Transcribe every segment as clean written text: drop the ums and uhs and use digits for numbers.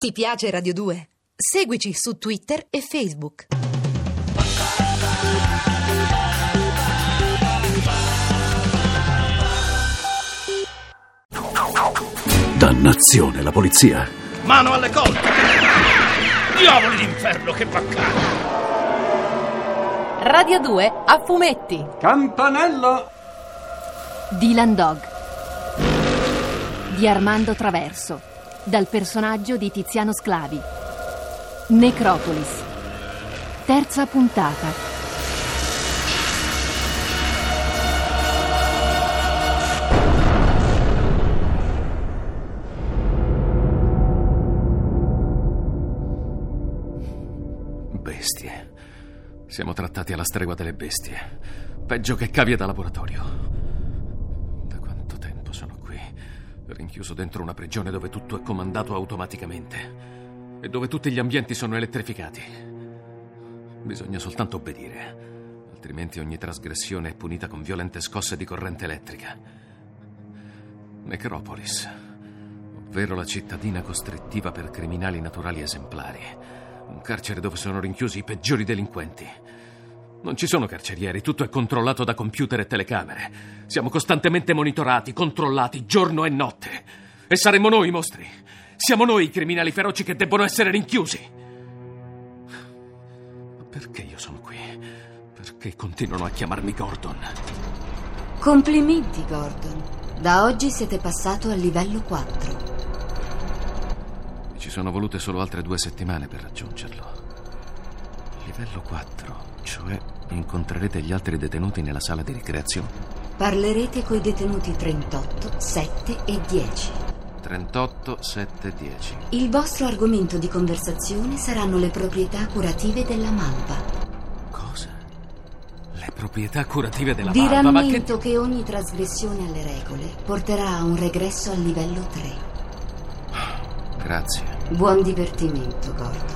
Ti piace Radio 2? Seguici su Twitter e Facebook. Dannazione, la polizia! Mano alle colte! Diavoli d'inferno, che baccano! Radio 2 a fumetti. Campanello! Dylan Dog di Armando Traverso, dal personaggio di Tiziano Sclavi. Necropolis, terza puntata. Bestie. Siamo trattati alla stregua delle bestie. Peggio che cavie da laboratorio. Da quanto tempo sono qui? Rinchiuso dentro una prigione dove tutto è comandato automaticamente e dove tutti gli ambienti sono elettrificati. Bisogna soltanto obbedire, altrimenti ogni trasgressione è punita con violente scosse di corrente elettrica. Necropolis, ovvero la cittadina costrittiva per criminali naturali esemplari. Un carcere dove sono rinchiusi i peggiori delinquenti. Non ci sono carcerieri, tutto è controllato da computer e telecamere. Siamo costantemente monitorati, controllati, giorno e notte. E saremo noi i mostri. Siamo noi i criminali feroci che debbono essere rinchiusi. Ma perché io sono qui? Perché continuano a chiamarmi Gordon? Complimenti, Gordon. Da oggi siete passato al livello 4. Ci sono volute solo altre 2 settimane per raggiungerlo. Livello 4, cioè incontrerete gli altri detenuti nella sala di ricreazione. Parlerete coi detenuti 38, 7 e 10. 38, 7, 10. Il vostro argomento di conversazione saranno le proprietà curative della malva. Cosa? Le proprietà curative della Vi malva? rammento che ogni trasgressione alle regole porterà a un regresso al livello 3. Grazie. Buon divertimento, Gordon.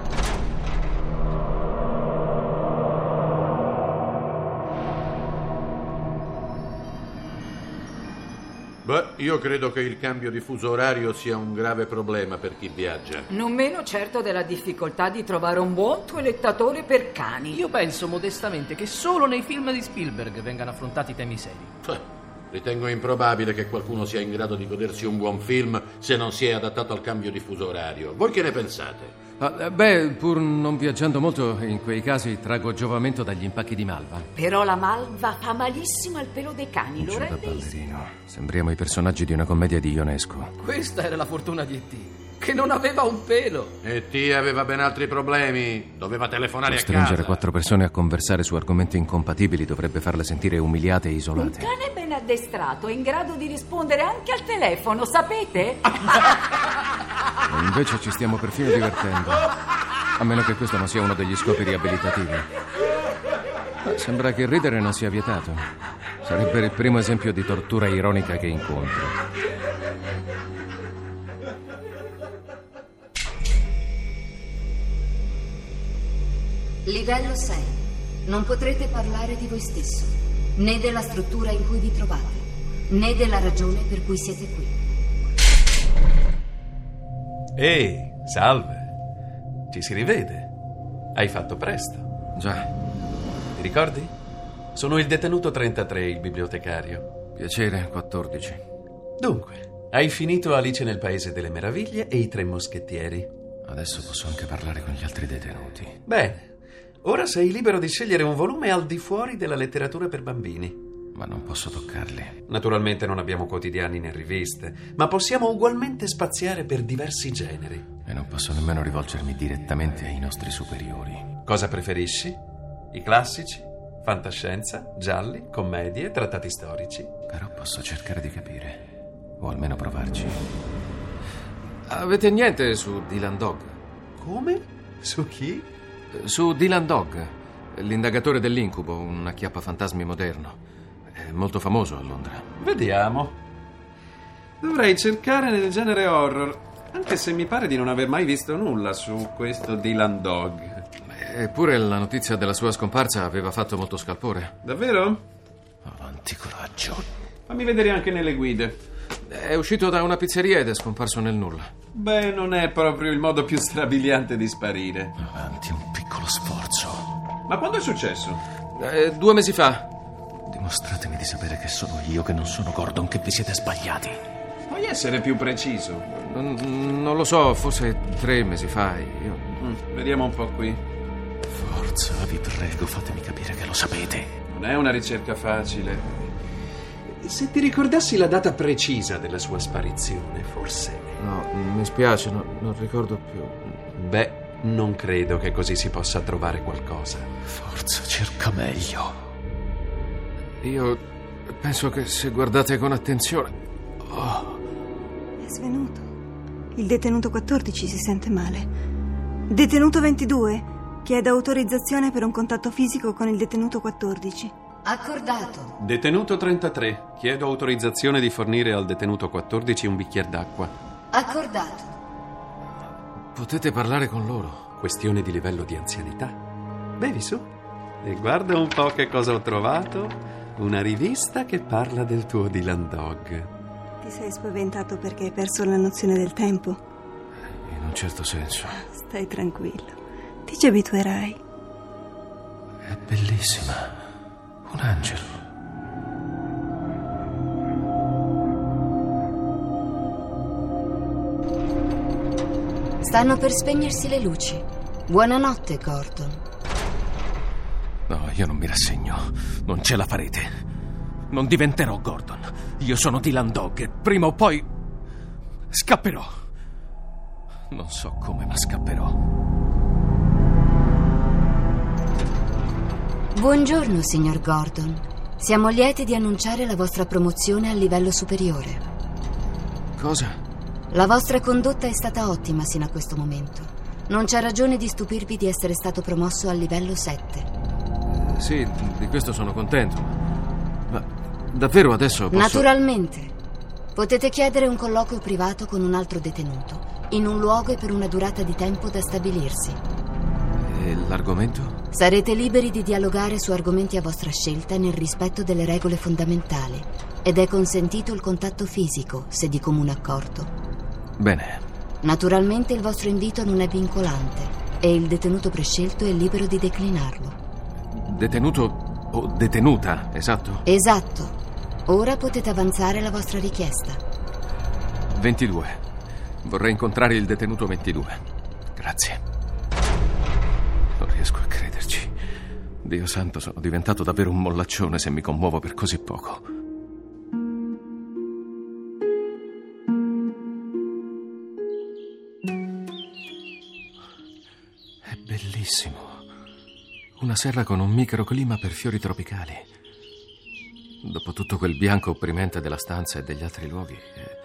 Beh, io credo che il cambio di fuso orario sia un grave problema per chi viaggia. Non meno certo della difficoltà di trovare un buon toilettatore per cani. Io penso modestamente che solo nei film di Spielberg vengano affrontati temi seri. Ritengo improbabile che qualcuno sia in grado di godersi un buon film se non si è adattato al cambio di fuso orario. Voi che ne pensate? Pur non viaggiando molto, in quei casi traggo giovamento dagli impacchi di malva. Però la malva fa malissimo al pelo dei cani, lo Giù da rende? ballerino. Sembriamo i personaggi di una commedia di Ionesco. Questa era la fortuna di E.T., che non aveva un pelo. E.T. aveva ben altri problemi. Doveva telefonare a Costringere casa. 4 persone a conversare su argomenti incompatibili dovrebbe farle sentire umiliate e Un isolate. cane ben addestrato è in grado di rispondere anche al telefono, sapete? E invece ci stiamo perfino divertendo. A meno che questo non sia uno degli scopi riabilitativi. Ma sembra che ridere non sia vietato. Sarebbe il primo esempio di tortura ironica che incontro. Livello 6. Non potrete parlare di voi stesso, né della struttura in cui vi trovate, né della ragione per cui siete qui. Ehi, salve. Ci si rivede. Hai fatto presto. Già, Ti ricordi? Sono il detenuto 33, il bibliotecario. piacere, 14. Dunque, hai finito Alice nel Paese delle Meraviglie e i 3 moschettieri. Adesso posso anche parlare con gli altri detenuti. Bene. Ora sei libero di scegliere un volume al di fuori della letteratura per bambini. Ma non posso toccarli. Naturalmente non abbiamo quotidiani né riviste, ma possiamo ugualmente spaziare per diversi generi. E non posso nemmeno rivolgermi direttamente ai nostri superiori. Cosa preferisci? I classici? Fantascienza? Gialli? Commedie? Trattati storici? Però posso cercare di capire. O almeno provarci. Avete niente su Dylan Dog? Come? Su chi? Su Dylan Dog, l'indagatore dell'incubo, un acchiappafantasmi moderno. È molto famoso a Londra. Vediamo. Dovrei cercare nel genere horror, anche se mi pare di non aver mai visto nulla su questo Dylan Dog. Eppure la notizia della sua scomparsa aveva fatto molto scalpore. Davvero? Avanti coraggio. Fammi vedere anche nelle guide. È uscito da una pizzeria ed è scomparso nel nulla. Beh, non è proprio il modo più strabiliante di sparire. Avanti, un piccolo sforzo. Ma quando è successo? 2 mesi fa. Dimostratemi di sapere che sono io, che non sono Gordon, che vi siete sbagliati. Puoi essere più preciso? Non lo so, forse 3 mesi fa. Vediamo un po' qui. Forza, vi prego, fatemi capire che lo sapete. Non è una ricerca facile. Se ti ricordassi la data precisa della sua sparizione, forse... No, mi spiace, non ricordo più. Beh, non credo che così si possa trovare qualcosa. Forza, cerca meglio. Io penso che se guardate con attenzione... È svenuto. Il detenuto 14 si sente male. Detenuto 22 chiede autorizzazione per un contatto fisico con il detenuto 14. Accordato. Detenuto 33. Chiedo autorizzazione di fornire al detenuto 14 un bicchiere d'acqua. Accordato. Potete parlare con loro. Questione di livello di anzianità. Bevi su. E guarda un po' che cosa ho trovato. Una rivista che parla del tuo Dylan Dog. Ti sei spaventato perché hai perso la nozione del tempo? In un certo senso. Stai tranquillo. Ti ci abituerai. È bellissima. Un angelo. Stanno per spegnersi le luci. Buonanotte, Gordon. No, io non mi rassegno. Non ce la farete. Non diventerò Gordon. Io sono Dylan Dog e prima o poi scapperò. Non so come, ma scapperò. Buongiorno, signor Gordon. Siamo lieti di annunciare la vostra promozione al livello superiore. Cosa? La vostra condotta è stata ottima sino a questo momento. Non c'è ragione di stupirvi di essere stato promosso al livello 7. Sì, di questo sono contento. Ma davvero adesso posso... Naturalmente. Potete chiedere un colloquio privato con un altro detenuto, in un luogo e per una durata di tempo da stabilirsi. E l'argomento? Sarete liberi di dialogare su argomenti a vostra scelta nel rispetto delle regole fondamentali ed è consentito il contatto fisico, se di comune accordo. Bene. Naturalmente il vostro invito non è vincolante e il detenuto prescelto è libero di declinarlo. Detenuto o detenuta, esatto? Esatto. Ora potete avanzare la vostra richiesta. 22. Vorrei incontrare il detenuto 22. Grazie. Non riesco a crederci. Dio santo, sono diventato davvero un mollaccione se mi commuovo per così poco. È bellissimo. Una serra con un microclima per fiori tropicali. Dopo tutto quel bianco opprimente della stanza e degli altri luoghi,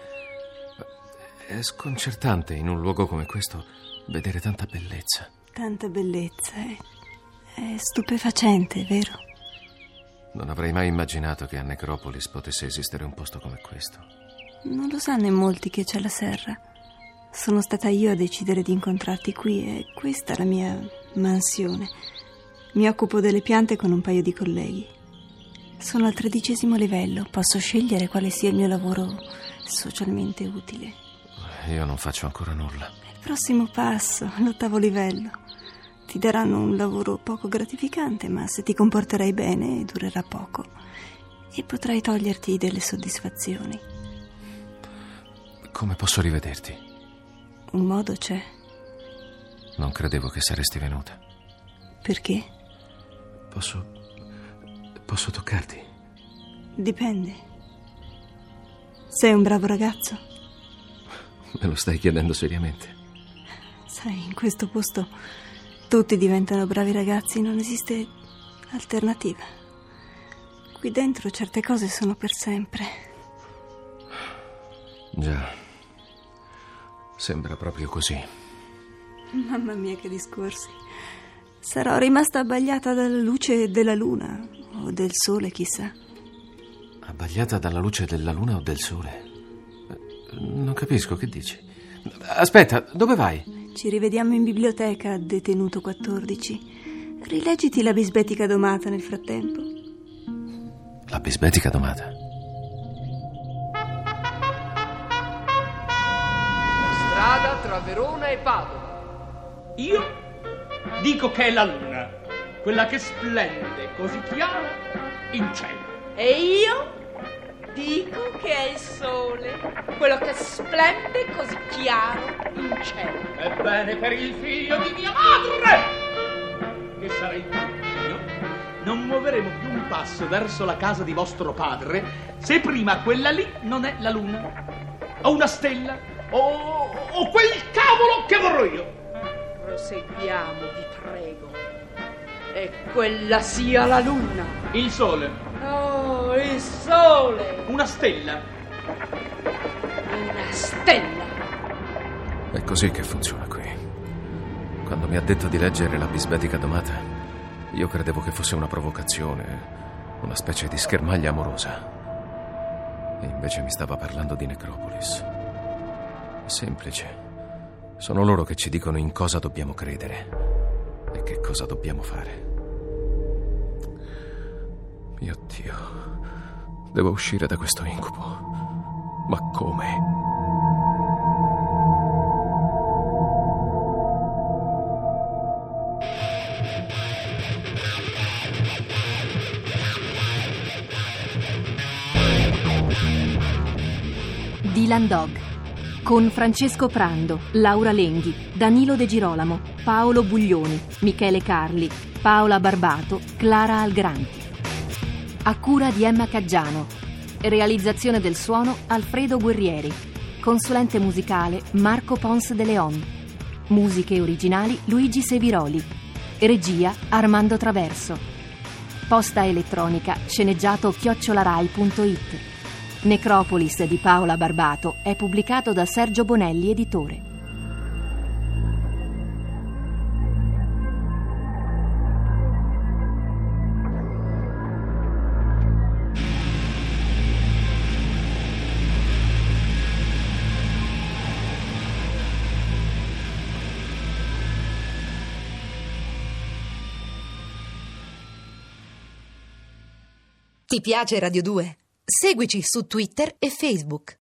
è sconcertante in un luogo come questo vedere tanta bellezza. Tanta bellezza, è stupefacente, vero? Non avrei mai immaginato che a Necropolis potesse esistere un posto come questo. Non lo sanno in molti che c'è la serra. Sono stata io a decidere di incontrarti qui e questa è la mia mansione. Mi occupo delle piante con un paio di colleghi. Sono al 13° livello, posso scegliere quale sia il mio lavoro socialmente utile. Io non faccio ancora nulla. Il prossimo passo, l'8° livello. Ti daranno un lavoro poco gratificante, ma se ti comporterai bene durerà poco e potrai toglierti delle soddisfazioni. Come posso rivederti? Un modo c'è. Non credevo che saresti venuta. Perché? Posso toccarti? Dipende. Sei un bravo ragazzo? Me lo stai chiedendo seriamente? Sai, in questo posto tutti diventano bravi ragazzi, non esiste alternativa. Qui dentro certe cose sono per sempre. Già, sembra proprio così. Mamma mia, che discorsi. Sarò rimasta abbagliata dalla luce della luna o del sole, chissà. Abbagliata dalla luce della luna o del sole? Non capisco, che dici? Aspetta, dove vai? Ci rivediamo in biblioteca, detenuto 14. Rileggiti la bisbetica domata nel frattempo. La bisbetica domata? Strada tra Verona e Padova. Io dico che è la luna, quella che splende così chiara in cielo. E io dico che è il sole, quello che splende così chiaro in cielo. Ebbene, per il figlio di mia madre, che sarà il figlio, non muoveremo più un passo verso la casa di vostro padre se prima quella lì non è la luna, o una stella, o quel cavolo che vorrò io. Proseguiamo, vi prego. E quella sia la luna. Il sole. Oh, il sole. Una stella. Una stella. È così che funziona qui. Quando mi ha detto di leggere la bisbetica domata, io credevo che fosse una provocazione, una specie di schermaglia amorosa. E invece mi stava parlando di Necropolis. È semplice. Sono loro che ci dicono in cosa dobbiamo credere e che cosa dobbiamo fare. Mio Dio, devo uscire da questo incubo. Ma come? Dylan Dog con Francesco Prando, Laura Lenghi, Danilo De Girolamo, Paolo Buglioni, Michele Carli, Paola Barbato, Clara Algranti. A cura di Emma Caggiano. Realizzazione del suono Alfredo Guerrieri. Consulente musicale Marco Pons de Leon. Musiche originali Luigi Seviroli. Regia Armando Traverso. Posta elettronica sceneggiato@rai.it. Necropolis di Paola Barbato è pubblicato da Sergio Bonelli, editore. Ti piace Radio 2? Seguici su Twitter e Facebook.